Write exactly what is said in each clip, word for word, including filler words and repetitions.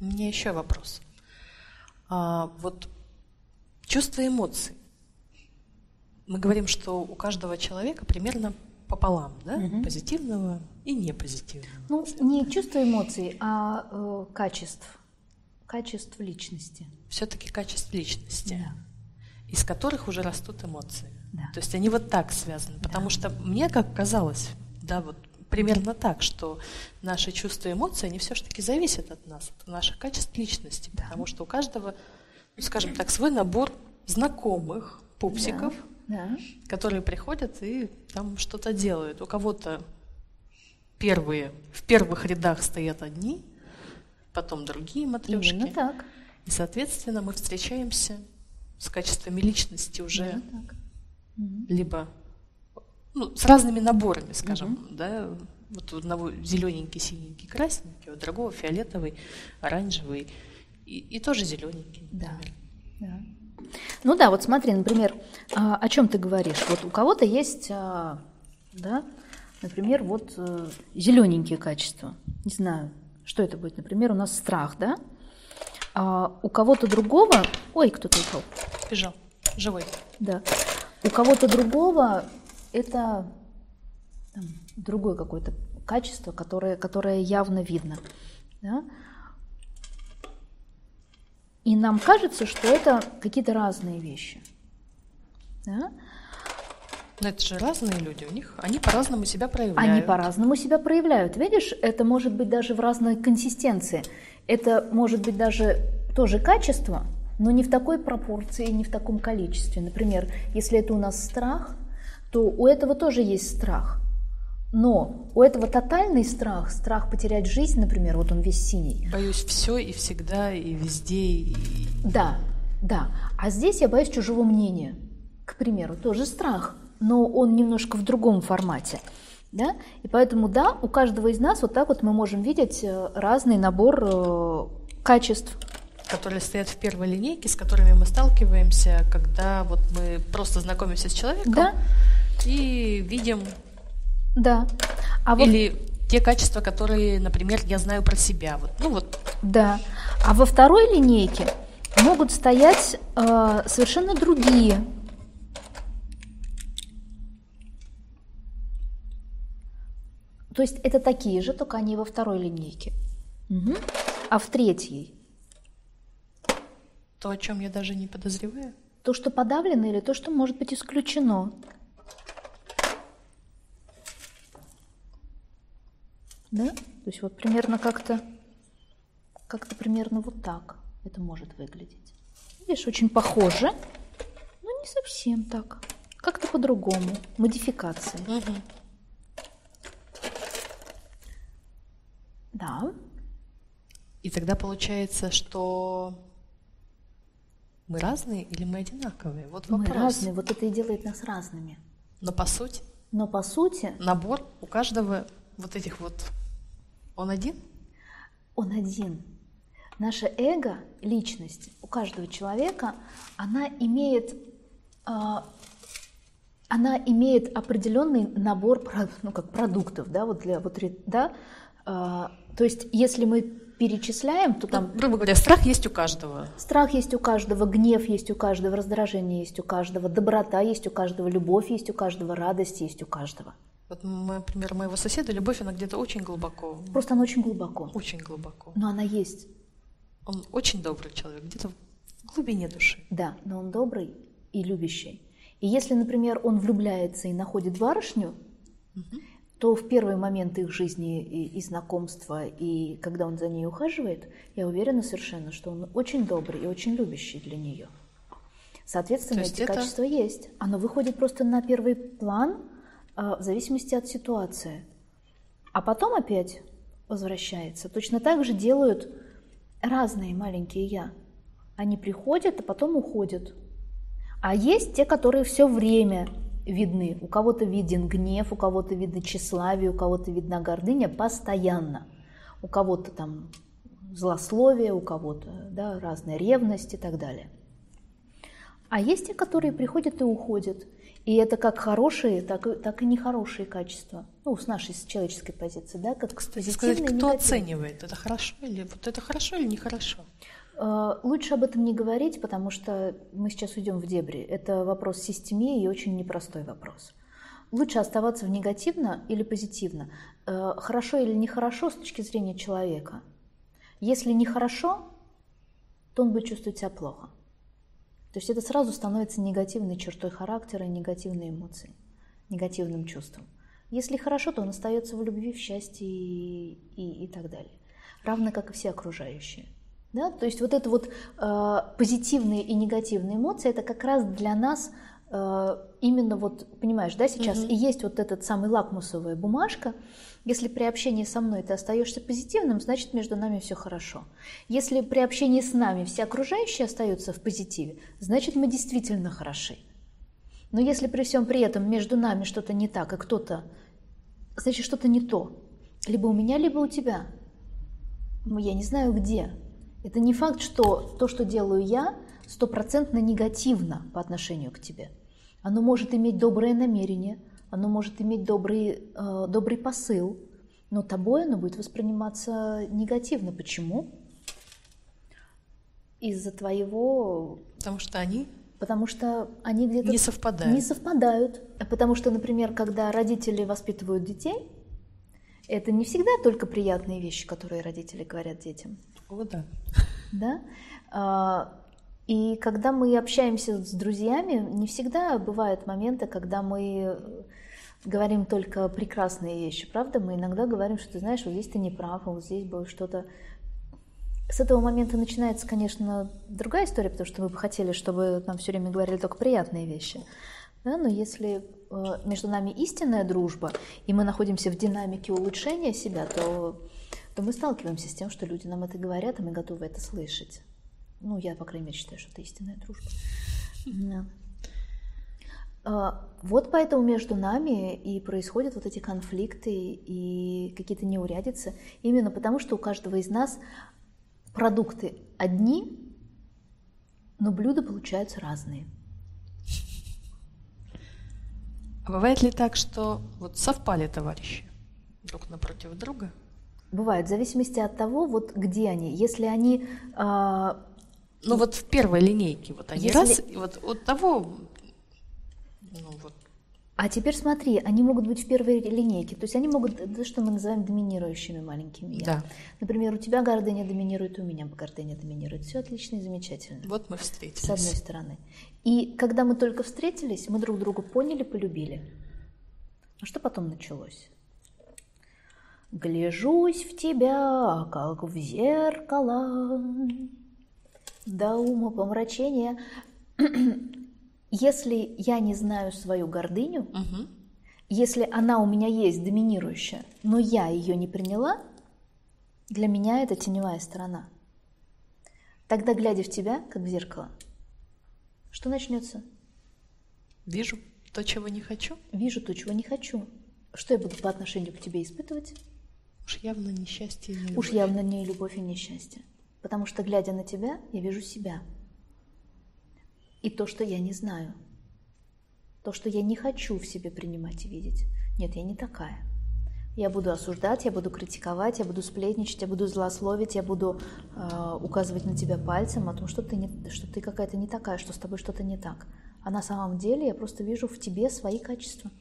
У меня еще вопрос. А, вот чувства и эмоции. Мы говорим, что у каждого человека примерно пополам, да? Угу. Позитивного и непозитивного. Ну, не чувства эмоций, а э, качеств. Качеств личности. Все-таки качеств личности, да. Из которых уже растут эмоции. Да. То есть они вот так связаны. Да. Потому что мне как казалось, да, вот примерно так, что наши чувства и эмоции, они все-таки зависят от нас, от наших качеств личности. Да. Потому что у каждого, ну, скажем так, свой набор знакомых пупсиков, да. Да. которые приходят и там что-то делают. У кого-то первые, в первых рядах стоят одни, потом другие матрешки. Именно так. И, соответственно, мы встречаемся с качествами личности уже либо ну, с разными наборами, скажем, угу. да, вот у одного зелененький, синенький, красненький, у другого фиолетовый, оранжевый и, и тоже зелененький. Да. Да. Ну да, вот смотри, например, о чем ты говоришь. Вот у кого-то есть, да, например, вот зелененькие качества. Не знаю, что это будет. Например, у нас страх, да? А у кого-то другого... Ой, кто-то упал. Бежал. Живой. Да. У кого-то другого это там, другое какое-то качество, которое, которое явно видно. Да? И нам кажется, что это какие-то разные вещи. Да? Но это же разные люди, у них, они по-разному себя проявляют. Они по-разному себя проявляют. Видишь, это может быть даже в разной консистенции. Это может быть даже тоже качество, но не в такой пропорции, не в таком количестве. Например, если это у нас страх, то у этого тоже есть страх. Но у этого тотальный страх, страх потерять жизнь, например, вот он весь синий. Боюсь все и всегда, и везде. И... Да, да. А здесь я боюсь чужого мнения. К примеру, тоже страх, но он немножко в другом формате. Да? И поэтому, да, у каждого из нас вот так вот мы можем видеть разный набор э, качеств. Которые стоят в первой линейке, с которыми мы сталкиваемся, когда вот мы просто знакомимся с человеком, да. И видим... Да. А Или вот... те качества, которые, например, я знаю про себя. Вот, ну вот. Да. А во второй линейке могут стоять э, совершенно другие. То есть это такие же, только они во второй линейке. Угу. А в третьей? То, о чем я даже не подозреваю. То, что подавлено, или то, что может быть исключено. Да? То есть вот примерно как-то, как-то примерно вот так это может выглядеть. Видишь, очень похоже, но не совсем так. Как-то по-другому. Модификации. Угу. Да. И тогда получается, что мы разные или мы одинаковые? Вот вопрос. Мы разные, вот это и делает нас разными. Но по сути? Но по сути... Набор у каждого вот этих вот... Он один? Он один. Наше эго, личность у каждого человека, она имеет, э, она имеет определенный набор, ну, как продуктов, да, вот для вот, да, э, то есть если мы перечисляем, то там... Ну, грубо говоря, страх есть у каждого. Страх есть у каждого, гнев есть у каждого, раздражение есть у каждого, доброта есть у каждого, любовь есть у каждого, радость есть у каждого. Вот, например, моего соседа любовь, она где-то очень глубоко. Просто она очень глубоко. Очень глубоко. Но она есть. Он очень добрый человек, где-то в глубине души. Да, но он добрый и любящий. И если, например, он влюбляется и находит барышню, угу. то в первые моменты их жизни и, и знакомства, и когда он за ней ухаживает, я уверена совершенно, что он очень добрый и очень любящий для нее. Соответственно, эти это... качества есть. Оно выходит просто на первый план, в зависимости от ситуации. А потом опять возвращается. Точно так же делают разные маленькие «я». Они приходят, а потом уходят. А есть те, которые все время видны. У кого-то виден гнев, у кого-то видно тщеславие, у кого-то видна гордыня постоянно. У кого-то там злословие, у кого-то, да, разная ревность и так далее. А есть те, которые приходят и уходят. И это как хорошие, так и, так и нехорошие качества. Ну, с нашей с человеческой позиции, да, как позитивные Сказать, и кто негативные. оценивает, это хорошо или вот это хорошо или нехорошо? Лучше об этом не говорить, потому что мы сейчас уйдем в дебри. Это вопрос системии и очень непростой вопрос. Лучше оставаться в негативно или позитивно. Хорошо или нехорошо с точки зрения человека. Если нехорошо, то он будет чувствовать себя плохо. То есть это сразу становится негативной чертой характера, негативной эмоцией, негативным чувством. Если хорошо, то он остается в любви, в счастье и, и, и так далее. Равно как и все окружающие. Да? То есть вот это вот э, позитивные и негативные эмоции, это как раз для нас э, именно вот, понимаешь, да, сейчас mm-hmm. и есть вот этот самый лакмусовая бумажка. Если при общении со мной ты остаешься позитивным, значит между нами все хорошо. Если при общении с нами все окружающие остаются в позитиве, значит мы действительно хороши. Но если при всем при этом между нами что-то не так, и кто-то, значит что-то не то. Либо у меня, либо у тебя. Я не знаю где. Это не факт, что то, что делаю я, стопроцентно негативно по отношению к тебе. Оно может иметь доброе намерение, оно может иметь добрый, э, добрый посыл, но тобой оно будет восприниматься негативно. Почему? Из-за твоего... Потому что они... Потому что они где-то... Не совпадают. Не совпадают. Потому что, например, когда родители воспитывают детей, это не всегда только приятные вещи, которые родители говорят детям. О, да. Да? И когда мы общаемся с друзьями, не всегда бывают моменты, когда мы говорим только прекрасные вещи, правда? Мы иногда говорим, что ты знаешь, вот здесь ты не прав, а вот здесь было что-то... С этого момента начинается, конечно, другая история, потому что мы бы хотели, чтобы нам все время говорили только приятные вещи. Да? Но если между нами истинная дружба, и мы находимся в динамике улучшения себя, то, то мы сталкиваемся с тем, что люди нам это говорят, и мы готовы это слышать. Ну, я, по крайней мере, считаю, что это истинная дружба. Да. Вот поэтому между нами и происходят вот эти конфликты и какие-то неурядицы, именно потому, что у каждого из нас продукты одни, но блюда получаются разные. А бывает ли так, что вот совпали товарищи друг напротив друга? Бывает, в зависимости от того, вот где они. Если они... А... Ну вот в первой линейке, вот они Если... раз, и вот от того... Ну, вот. А теперь смотри, они могут быть в первой линейке, то есть они могут, то, что мы называем доминирующими маленькими я. Да. Например, у тебя гордыня доминирует, у меня гордыня доминирует. Все отлично и замечательно. Вот мы встретились. С одной стороны. И когда мы только встретились, мы друг друга поняли, полюбили. А что потом началось? Гляжусь в тебя, как в зеркало, до ума помрачения. Если я не знаю свою гордыню, угу. если она у меня есть доминирующая, но я ее не приняла, для меня это теневая сторона. Тогда, глядя в тебя, как в зеркало, что начнется? Вижу то, чего не хочу. Вижу то, чего не хочу. Что я буду по отношению к тебе испытывать? Уж явно несчастье и не любовь. Уж явно не любовь и несчастье. Потому что, глядя на тебя, я вижу себя. И то, что я не знаю. То, что я не хочу в себе принимать и видеть. Нет, я не такая. Я буду осуждать, я буду критиковать, я буду сплетничать, я буду злословить, я буду э, указывать на тебя пальцем о том, что ты, не, что ты какая-то не такая, что с тобой что-то не так. А на самом деле я просто вижу в тебе свои качества.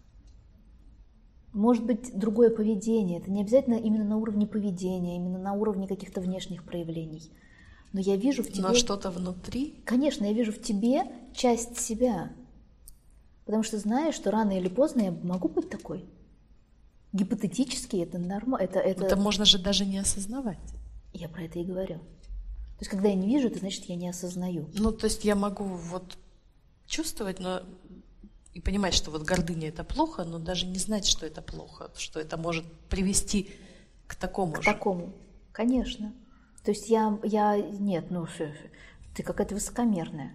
Может быть, другое поведение. Это не обязательно именно на уровне поведения, именно на уровне каких-то внешних проявлений. Но я вижу в тебе... Но что-то внутри? Конечно, я вижу в тебе часть себя. Потому что знаю, что рано или поздно я могу быть такой. Гипотетически это нормально. Это, это... это можно же даже не осознавать. Я про это и говорю. То есть, когда я не вижу, это значит, я не осознаю. Ну, то есть я могу вот чувствовать, но... и понимать, что вот гордыня – это плохо, но даже не знать, что это плохо, что это может привести к такому к же. К такому, конечно. То есть я, я нет, ну ты какая-то высокомерная.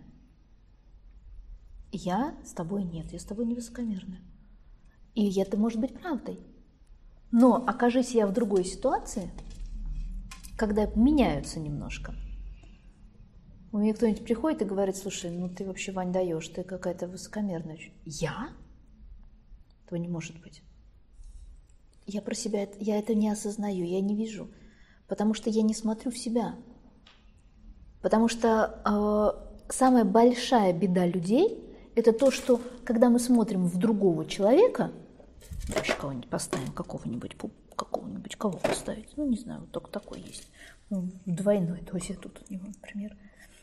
Я с тобой нет, я с тобой не высокомерная. И это может быть правдой. Но окажись я в другой ситуации, когда меняются немножко У меня кто-нибудь приходит и говорит: слушай, ну ты вообще, Вань, даешь, ты какая-то высокомерная. Я? Этого не может быть. Я про себя, я это не осознаю, я не вижу, потому что я не смотрю в себя. Потому что э, самая большая беда людей – это то, что когда мы смотрим в другого человека, вообще кого-нибудь поставим, какого-нибудь, какого-нибудь, кого поставить, ну не знаю, вот только такой есть, ну, двойной, то есть тут у него, например.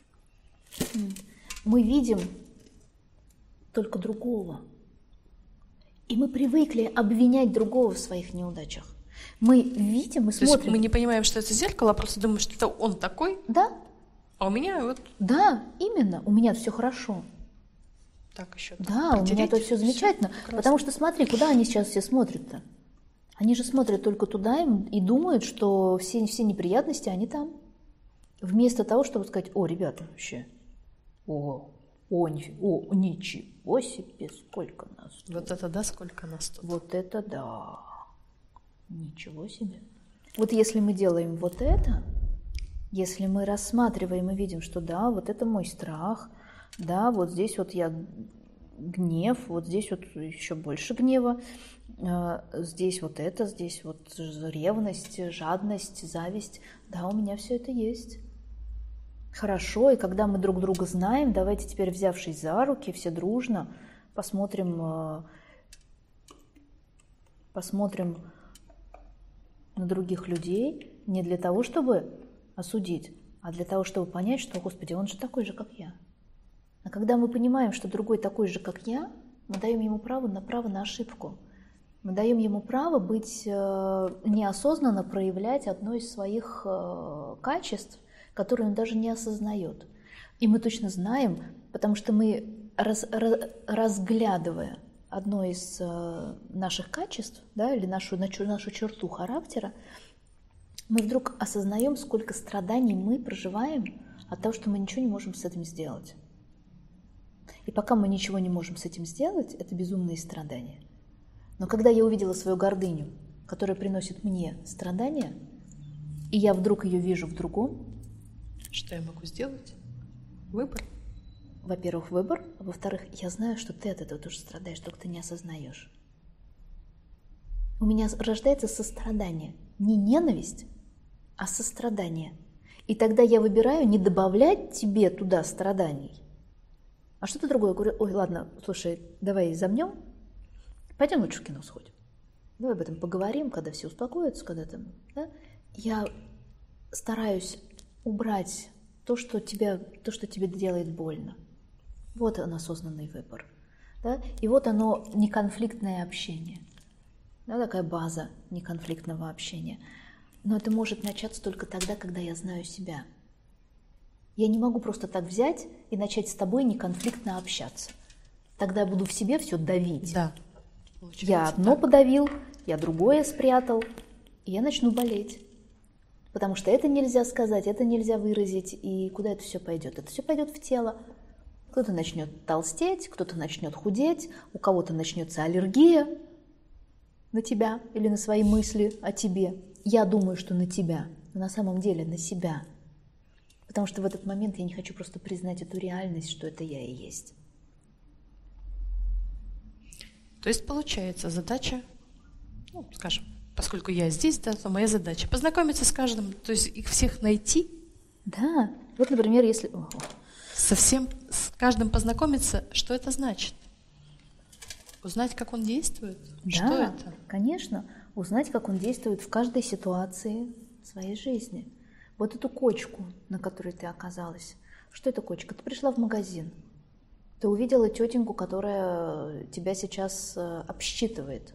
Мы видим только другого. И мы привыкли обвинять другого в своих неудачах. Мы видим, мы то смотрим. Есть мы не понимаем, что это зеркало, а просто думаем, что это он такой. Да. А у меня вот. Да, именно. У меня все хорошо. Так еще. Да, у меня тут все замечательно. Все потому что смотри, куда они сейчас все смотрят-то? Они же смотрят только туда и думают, что все, все неприятности, они там. Вместо того, чтобы сказать: о, ребята, вообще, о, о, о, ничего себе, сколько нас тут. Вот это да, сколько нас тут. Вот это да, ничего себе. Вот если мы делаем вот это, если мы рассматриваем и видим, что да, вот это мой страх, да, вот здесь вот я гнев, вот здесь вот еще больше гнева, здесь вот это, здесь вот ревность, жадность, зависть, да, у меня все это есть. Хорошо, и когда мы друг друга знаем, давайте теперь, взявшись за руки, все дружно посмотрим, посмотрим на других людей не для того, чтобы осудить, а для того, чтобы понять, что, Господи, он же такой же, как я. А когда мы понимаем, что другой такой же, как я, мы даем ему право на право на ошибку. Мы даем ему право быть неосознанно проявлять одно из своих качеств, которые он даже не осознает. И мы точно знаем, потому что мы, раз, раз, разглядывая одно из э, наших качеств, да, или нашу, нашу, нашу черту характера, мы вдруг осознаем, сколько страданий мы проживаем от того, что мы ничего не можем с этим сделать. И пока мы ничего не можем с этим сделать, это безумные страдания. Но когда я увидела свою гордыню, которая приносит мне страдания, и я вдруг ее вижу в другом, что я могу сделать? Выбор. Во-первых, выбор. А во-вторых, я знаю, что ты от этого тоже страдаешь, только ты не осознаешь. У меня рождается сострадание. Не ненависть, а сострадание. И тогда я выбираю не добавлять тебе туда страданий. А что-то другое. Говорю: ой, ладно, слушай, давай замнем. Пойдем лучше в кино сходим. Давай об этом поговорим, когда все успокоятся, когда там... Да? Я стараюсь убрать то, что, тебя, то, что тебе делает больно. Вот он, осознанный выбор. Да? И вот оно, неконфликтное общение. Да, такая база неконфликтного общения. Но это может начаться только тогда, когда я знаю себя. Я не могу просто так взять и начать с тобой неконфликтно общаться. Тогда я буду в себе все давить. Да. Я одно так подавил, я другое спрятал, и я начну болеть. Потому что это нельзя сказать, это нельзя выразить, и куда это все пойдет? Это все пойдет в тело. Кто-то начнет толстеть, кто-то начнет худеть, у кого-то начнется аллергия на тебя или на свои мысли о тебе. Я думаю, что на тебя, но на самом деле на себя. Потому что в этот момент я не хочу просто признать эту реальность, что это я и есть. То есть получается задача, ну, скажем, поскольку я здесь, да, то моя задача познакомиться с каждым, то есть их всех найти. Да, вот, например, если... Совсем с каждым познакомиться, что это значит? Узнать, как он действует? Да, что это? Конечно, узнать, как он действует в каждой ситуации своей жизни. Вот эту кочку, на которой ты оказалась. Что это кочка? Ты пришла в магазин, ты увидела тетеньку, которая тебя сейчас обсчитывает.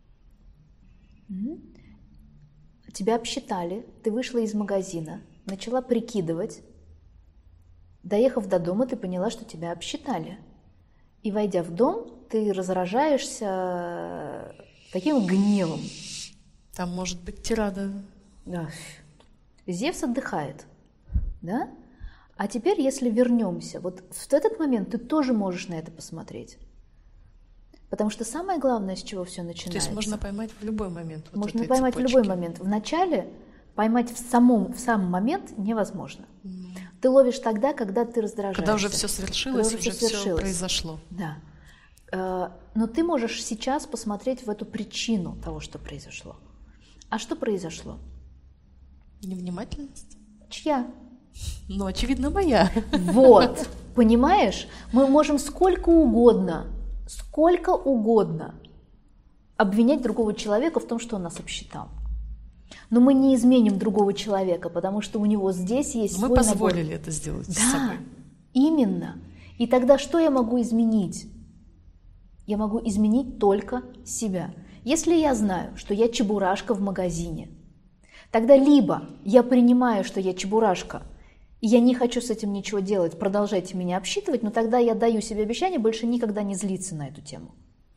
Тебя обсчитали, ты вышла из магазина, начала прикидывать. Доехав до дома, ты поняла, что тебя обсчитали. И, войдя в дом, ты разражаешься таким гневом. Там может быть тирада. Да. Зевс отдыхает. Да? А теперь, если вернемся, вот в этот момент ты тоже можешь на это посмотреть. Потому что самое главное, с чего все начинается. То есть можно поймать в любой момент. Вот можно поймать цепочки. В любой момент. Вначале поймать в самом, в самом момент невозможно. Mm. Ты ловишь тогда, когда ты раздражаешься. Когда уже все свершилось, уже, уже все, все произошло. Да. Но ты можешь сейчас посмотреть в эту причину того, что произошло. А что произошло? Невнимательность? Чья? Ну, очевидно, моя. Вот, понимаешь? Мы можем сколько угодно, сколько угодно обвинять другого человека в том, что он нас обсчитал. Но мы не изменим другого человека, потому что у него здесь есть мы свой набор. Мы позволили это сделать да, с собой. Именно. И тогда что я могу изменить? Я могу изменить только себя. Если я знаю, что я чебурашка в магазине, тогда либо я принимаю, что я чебурашка, и я не хочу с этим ничего делать, продолжайте меня обсчитывать, но тогда я даю себе обещание больше никогда не злиться на эту тему.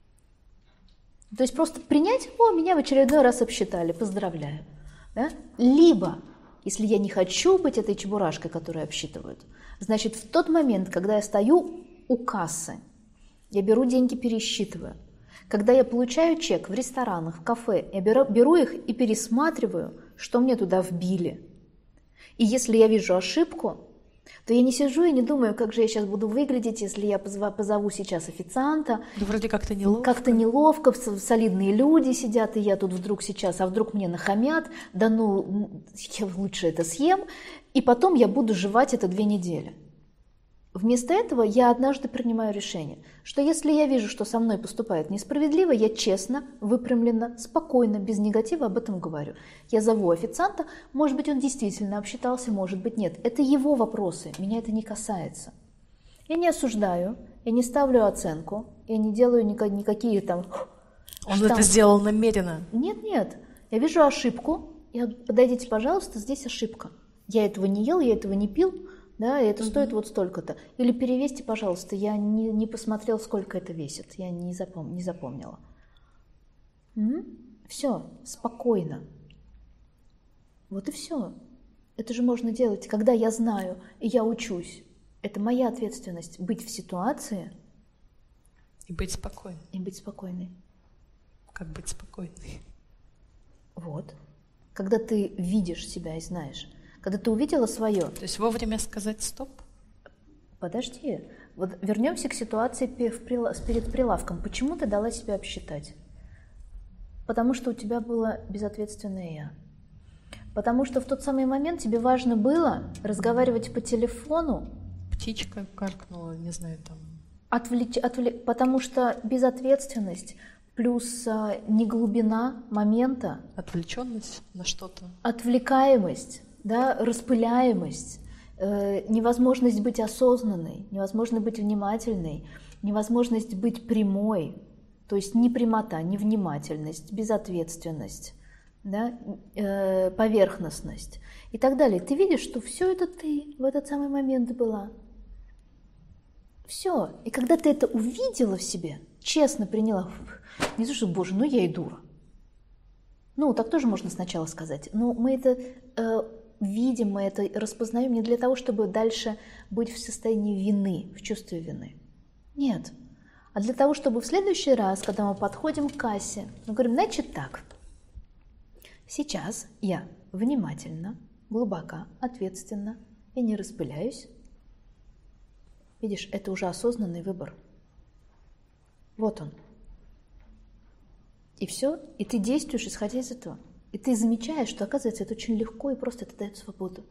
То есть просто принять, о, меня в очередной раз обсчитали, поздравляю. Да? Либо, если я не хочу быть этой чебурашкой, которую обсчитывают, значит, в тот момент, когда я стою у кассы, я беру деньги, пересчитываю. Когда я получаю чек в ресторанах, в кафе, я беру, беру их и пересматриваю, что мне туда вбили. И если я вижу ошибку, то я не сижу и не думаю, как же я сейчас буду выглядеть, если я позову, позову сейчас официанта. Да вроде как-то неловко. Как-то неловко, солидные люди сидят, и я тут вдруг сейчас, а вдруг мне нахамят, да ну, я лучше это съем, и потом я буду жевать это две недели. Вместо этого я однажды принимаю решение, что если я вижу, что со мной поступают несправедливо, я честно, выпрямленно, спокойно, без негатива об этом говорю. Я зову официанта, может быть, он действительно обсчитался, может быть, нет. Это его вопросы, меня это не касается. Я не осуждаю, я не ставлю оценку, я не делаю никакие там... Он штампы. Это сделал намеренно. Нет, нет, я вижу ошибку, я, подойдите, пожалуйста, здесь ошибка. Я этого не ел, я этого не пил. Да, и это mm-hmm. стоит вот столько-то. Или перевесьте, пожалуйста, я не, не посмотрел, сколько это весит, я не, запом, не запомнила. М-м? Все, спокойно. Вот и все. Это же можно делать, когда я знаю и я учусь. Это моя ответственность быть в ситуации. И быть спокойной. И быть спокойной. Как быть спокойной? Вот. Когда ты видишь себя и знаешь. Когда ты увидела свое. То есть вовремя сказать стоп? Подожди. Вот вернемся к ситуации перед прилавком. Почему ты дала себя обсчитать? Потому что у тебя было безответственное «я». Потому что в тот самый момент тебе важно было разговаривать по телефону. Птичка каркнула, не знаю, там. Отвлечь, отвлечь, потому что безответственность плюс а, не глубина момента. Отвлеченность на что-то. Отвлекаемость. Да, распыляемость, э, невозможность быть осознанной, невозможность быть внимательной, невозможность быть прямой, то есть не прямота, невнимательность, безответственность, да, э, поверхностность и так далее. Ты видишь, что все это ты в этот самый момент была. Все. И когда ты это увидела в себе, честно приняла, не то, что, боже, ну я и дура. Ну, так тоже можно сначала сказать. Но мы это... Э, видим, мы это распознаем не для того, чтобы дальше быть в состоянии вины, в чувстве вины. Нет. А для того, чтобы в следующий раз, когда мы подходим к кассе, мы говорим, значит так, сейчас я внимательно, глубоко, ответственно, я не распыляюсь. Видишь, это уже осознанный выбор. Вот он. И все, и ты действуешь, исходя из этого. И ты замечаешь, что, оказывается, это очень легко и просто это дает свободу.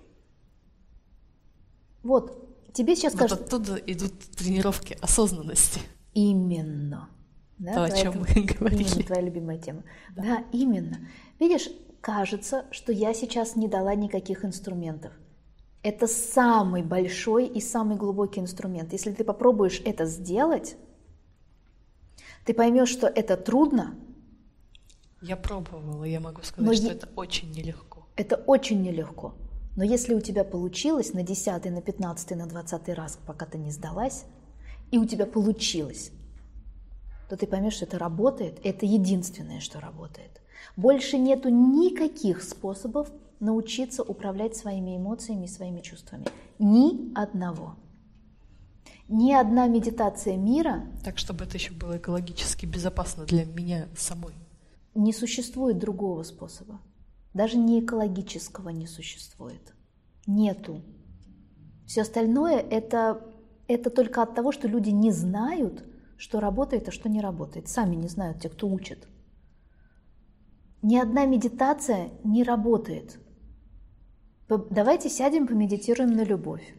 Вот, тебе сейчас вот кажется... Вот оттуда идут тренировки осознанности. Именно. Да, то, о чем мы говорили. Именно твоя любимая тема. Да. да, именно. Видишь, кажется, что я сейчас не дала никаких инструментов. Это самый большой и самый глубокий инструмент. Если ты попробуешь это сделать, ты поймешь, что это трудно. Я пробовала, я могу сказать, Но что я... это очень нелегко. Это очень нелегко. Но если у тебя получилось на десятый, на пятнадцатый, на двадцатый раз, пока ты не сдалась, и у тебя получилось, то ты поймешь, что это работает, и это единственное, что работает. Больше нету никаких способов научиться управлять своими эмоциями и своими чувствами. Ни одного. Ни одна медитация мира... Так, чтобы это еще было экологически безопасно для меня самой. Не существует другого способа. Даже не экологического не существует. Нету. Все остальное это, это только от того, что люди не знают, что работает, а что не работает. Сами не знают те, кто учат. Ни одна медитация не работает. Давайте сядем, помедитируем на любовь.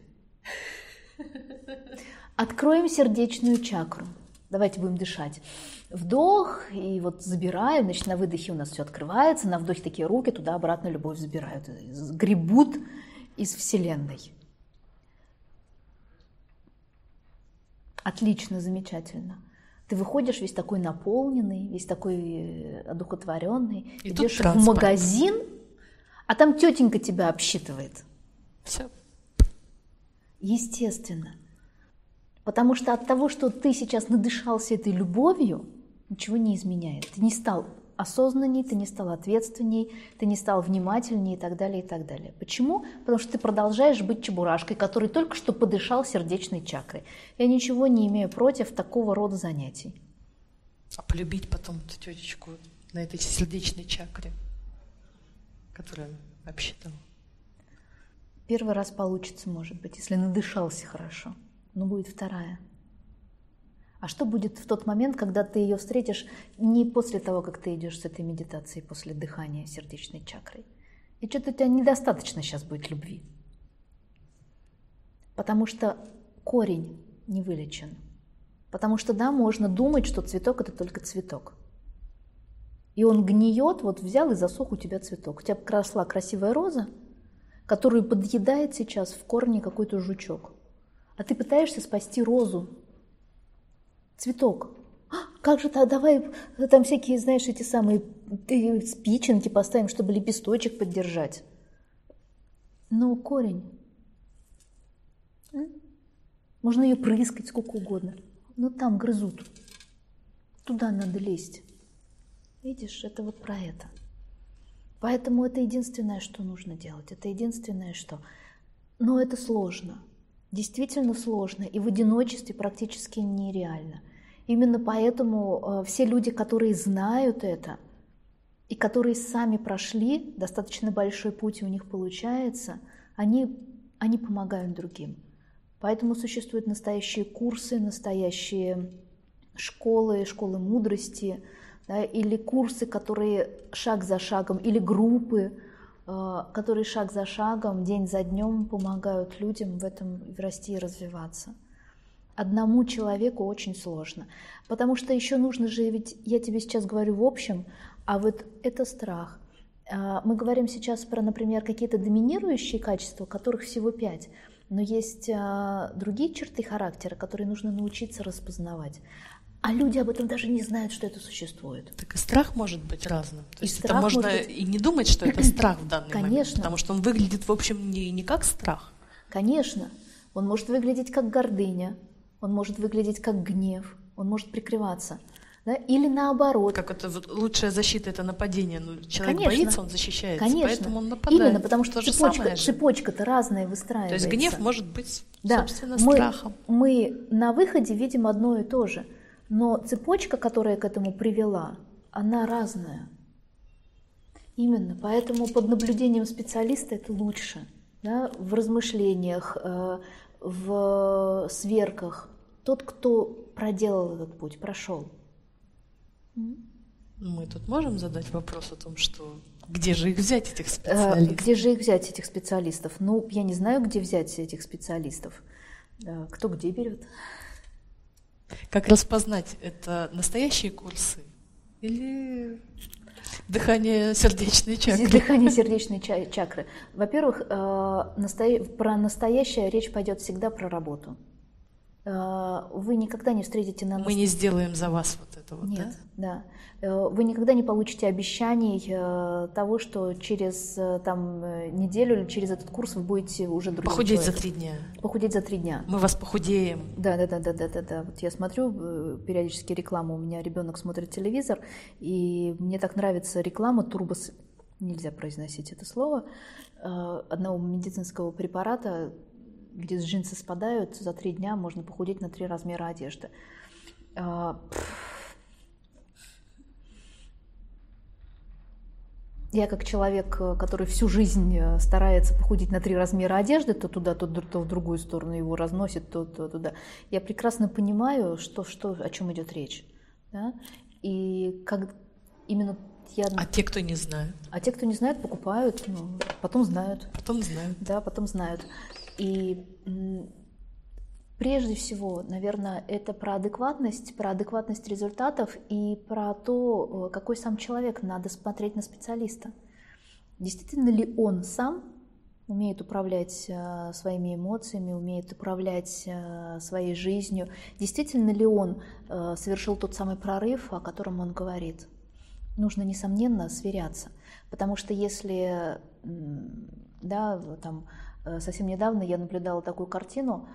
Откроем сердечную чакру. Давайте будем дышать. Вдох, и вот забираем, значит, на выдохе у нас все открывается, на вдохе такие руки туда-обратно любовь забирают, гребут из Вселенной. Отлично, замечательно. Ты выходишь весь такой наполненный, весь такой одухотворенный, и идешь в магазин, а там тетенька тебя обсчитывает. Все. Естественно. Потому что от того, что ты сейчас надышался этой любовью, ничего не изменяет. Ты не стал осознанней, ты не стал ответственней, ты не стал внимательнее и так далее, и так далее. Почему? Потому что ты продолжаешь быть чебурашкой, который только что подышал сердечной чакрой. Я ничего не имею против такого рода занятий. А полюбить потом эту тетечку на этой сердечной чакре, которая обсчитала? Первый раз получится, может быть, если надышался хорошо. Но будет вторая. А что будет в тот момент, когда ты ее встретишь не после того, как ты идешь с этой медитацией, после дыхания сердечной чакрой? И что-то у тебя недостаточно сейчас будет любви. Потому что корень не вылечен. Потому что, да, можно думать, что цветок – это только цветок. И он гниет, вот взял и засох у тебя цветок. У тебя росла красивая роза, которую подъедает сейчас в корне какой-то жучок. А ты пытаешься спасти розу, цветок. А, как же то, давай там всякие, знаешь, эти самые спиченки поставим, чтобы лепесточек поддержать. Но корень. Можно ее прыскать сколько угодно. Но там грызут. Туда надо лезть. Видишь, это вот про это. Поэтому это единственное, что нужно делать. Это единственное, что... Но это сложно. Действительно сложно, и в одиночестве практически нереально. Именно поэтому все люди, которые знают это, и которые сами прошли достаточно большой путь, и у них получается, они, они помогают другим. Поэтому существуют настоящие курсы, настоящие школы, школы мудрости, да, или курсы, которые шаг за шагом, или группы, которые шаг за шагом, день за днем помогают людям в этом расти и развиваться. Одному человеку очень сложно, потому что еще нужно же, ведь я тебе сейчас говорю в общем, а вот это страх. Мы говорим сейчас про, например, какие-то доминирующие качества, которых всего пять, но есть другие черты характера, которые нужно научиться распознавать. А люди об этом даже не знают, что это существует. Так и страх может быть разным. То и есть это можно быть... и не думать, что это страх в данный Конечно. момент. Потому что он выглядит, в общем, не, не как страх. Конечно. Он может выглядеть как гордыня, он может выглядеть как гнев, он может прикрываться. Да? Или наоборот. Как это вот лучшая защита – это нападение. Ну, человек Конечно. боится, он защищается, Конечно. поэтому он нападает. Именно, потому что То цепочка, цепочка-то разная выстраивается. То есть гнев может быть, да. собственно, мы, страхом. Мы на выходе видим одно и то же. Но цепочка, которая к этому привела, она разная. Именно, поэтому под наблюдением специалиста это лучше. Да? В размышлениях, в сверках. Тот, кто проделал этот путь, прошел. Мы тут можем задать вопрос о том, что где же их взять, этих специалистов? Где же их взять, этих специалистов? Ну, я не знаю, где взять этих специалистов. Кто где берет. Как распознать, это настоящие курсы или дыхание сердечной чакры? Дыхание сердечной чакры. Во-первых, про настоящее речь пойдет всегда про работу. Вы никогда не встретите на... Мы не сделаем за вас вот это вот, Нет, да? да. Вы никогда не получите обещаний того, что через там, неделю или через этот курс вы будете уже другим Похудеть человеком. за три дня. Похудеть за три дня. Мы вас похудеем. Да, да, да, да, да, да, да. Вот я смотрю периодически рекламу, у меня ребенок смотрит телевизор, и мне так нравится реклама турбос, нельзя произносить это слово, одного медицинского препарата, где джинсы спадают, за три дня можно похудеть на три размера одежды. Я как человек, который всю жизнь старается похудеть на три размера одежды, то туда, то, то в другую сторону его разносит, то, то туда. Я прекрасно понимаю, что, что, о чем идет речь. Да? И как именно я... А те, кто не знает? А те, кто не знает, покупают, ну, потом знают. Потом знают. Да, потом знают. И прежде всего, наверное, это про адекватность, про адекватность результатов и про то, какой сам человек, надо смотреть на специалиста. Действительно ли он сам умеет управлять э, своими эмоциями, умеет управлять э, своей жизнью? Действительно ли он э, совершил тот самый прорыв, о котором он говорит? Нужно, несомненно, сверяться. Потому что если, да, там, совсем недавно я наблюдала такую картину,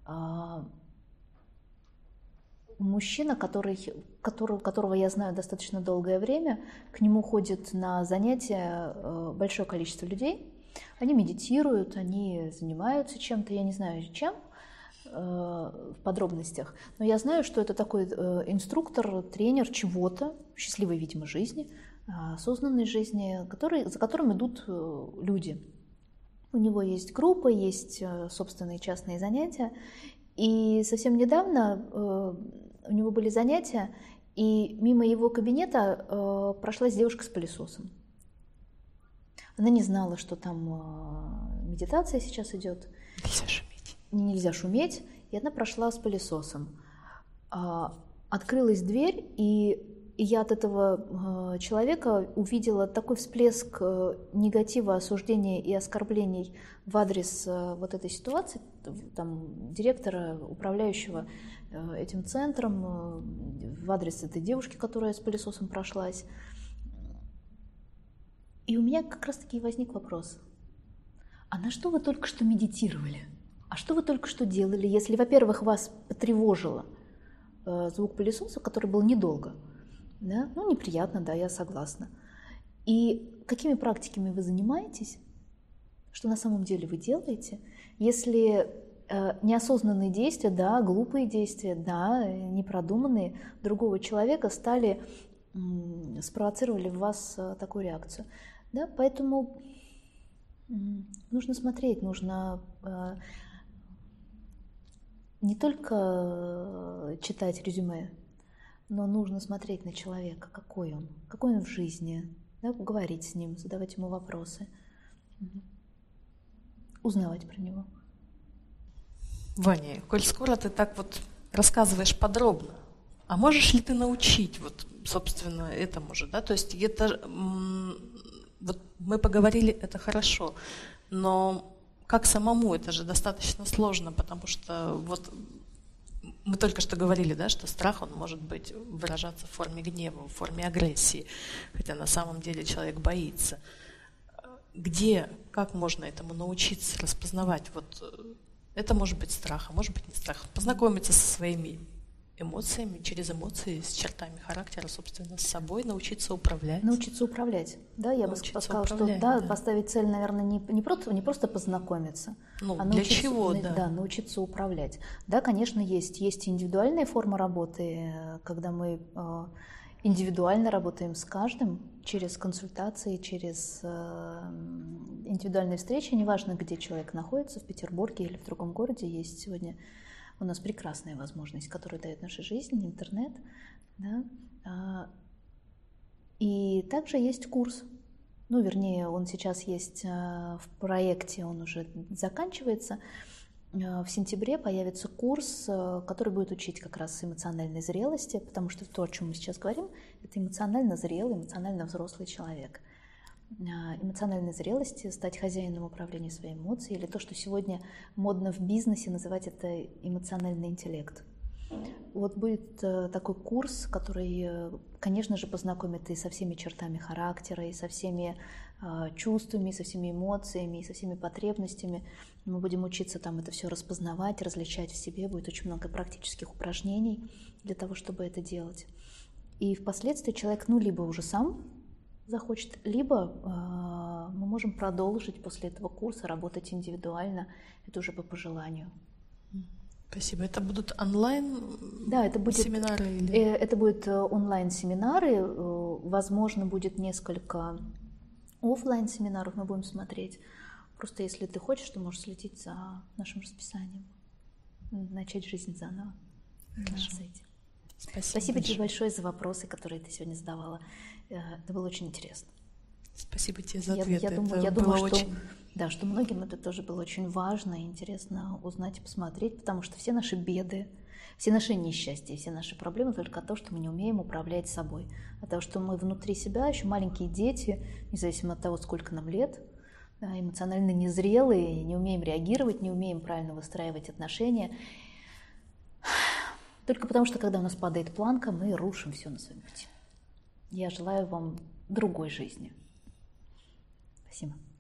мужчина, который, который, которого я знаю достаточно долгое время, к нему ходит на занятия большое количество людей. Они медитируют, они занимаются чем-то, я не знаю чем, в подробностях, но я знаю, что это такой инструктор, тренер чего-то, счастливой, видимо, жизни, осознанной жизни, который, за которым идут люди. У него есть группа, есть собственные частные занятия, и совсем недавно у него были занятия, и мимо его кабинета прошлась девушка с пылесосом. Она не знала, что там медитация сейчас идет. Нельзя шуметь. Нельзя шуметь, и она прошла с пылесосом. Открылась дверь, и я от этого человека увидела такой всплеск негатива, осуждения и оскорблений в адрес вот этой ситуации, там, директора, управляющего этим центром, в адрес этой девушки, которая с пылесосом прошлась. И у меня как раз-таки возник вопрос: а на что вы только что медитировали? А что вы только что делали, если, во-первых, вас потревожило э, звук пылесоса, который был недолго? Да? Ну, неприятно, да, я согласна. И какими практиками вы занимаетесь? Что на самом деле вы делаете? Если э, неосознанные действия, да, глупые действия, да, непродуманные другого человека стали, э, спровоцировали в вас э, такую реакцию. Да? Поэтому э, нужно смотреть, нужно... Э, не только читать резюме, но нужно смотреть на человека, какой он, какой он в жизни, да, говорить с ним, задавать ему вопросы, узнавать про него. Ваня, коль скоро ты так вот рассказываешь подробно, а можешь ли ты научить, вот, собственно, этому же, да, то есть это, вот мы поговорили, это хорошо, но как самому, это же достаточно сложно, потому что вот мы только что говорили, да, что страх, он может быть выражаться в форме гнева, в форме агрессии, хотя на самом деле человек боится. Где, как можно этому научиться распознавать? Вот это может быть страх, а может быть не страх. Познакомиться со своими эмоциями, через эмоции, с чертами характера, собственно, с собой, научиться управлять. Научиться управлять, да, я научиться бы сказала, что да, да. Поставить цель, наверное, не, не, просто, не просто познакомиться, ну, а для научиться, чего, да. Да, научиться управлять. Да, конечно, есть, есть индивидуальная форма работы, когда мы э, индивидуально работаем с каждым, через консультации, через э, индивидуальные встречи, неважно, где человек находится, в Петербурге или в другом городе, есть сегодня у нас прекрасная возможность, которую дает наша жизнь, интернет. Да? И также есть курс. Ну, вернее, он сейчас есть в проекте, он уже заканчивается. В сентябре появится курс, который будет учить как раз эмоциональной зрелости, потому что то, о чем мы сейчас говорим, это эмоционально зрелый, эмоционально взрослый человек. Эмоциональной зрелости, стать хозяином управления своими эмоциями, или то, что сегодня модно в бизнесе называть это эмоциональный интеллект. Вот будет такой курс, который, конечно же, познакомит и со всеми чертами характера, и со всеми чувствами, и со всеми эмоциями, и со всеми потребностями. Мы будем учиться там это все распознавать, различать в себе. Будет очень много практических упражнений для того, чтобы это делать. И впоследствии человек, ну, либо уже сам захочет, либо э, мы можем продолжить после этого курса работать индивидуально, это уже по пожеланию. Спасибо. Это будут онлайн да, это будет, семинары? Или... Это будут онлайн-семинары, возможно, будет несколько офлайн-семинаров мы будем смотреть. Просто если ты хочешь, то можешь следить за нашим расписанием. Начать жизнь заново. Хорошо. На сайте. Спасибо, Спасибо большое. тебе большое за вопросы, которые ты сегодня задавала. Это было очень интересно. Спасибо тебе за Я, ответы. я думаю, это я было думаю что, очень... да, что многим это тоже было очень важно и интересно узнать и посмотреть, потому что все наши беды, все наши несчастья, все наши проблемы только от того, что мы не умеем управлять собой, от того, что мы внутри себя еще маленькие дети, независимо от того, сколько нам лет, да, эмоционально незрелые, не умеем реагировать, не умеем правильно выстраивать отношения. Только потому, что когда у нас падает планка, мы рушим все на своем пути. Я желаю вам другой жизни. Спасибо.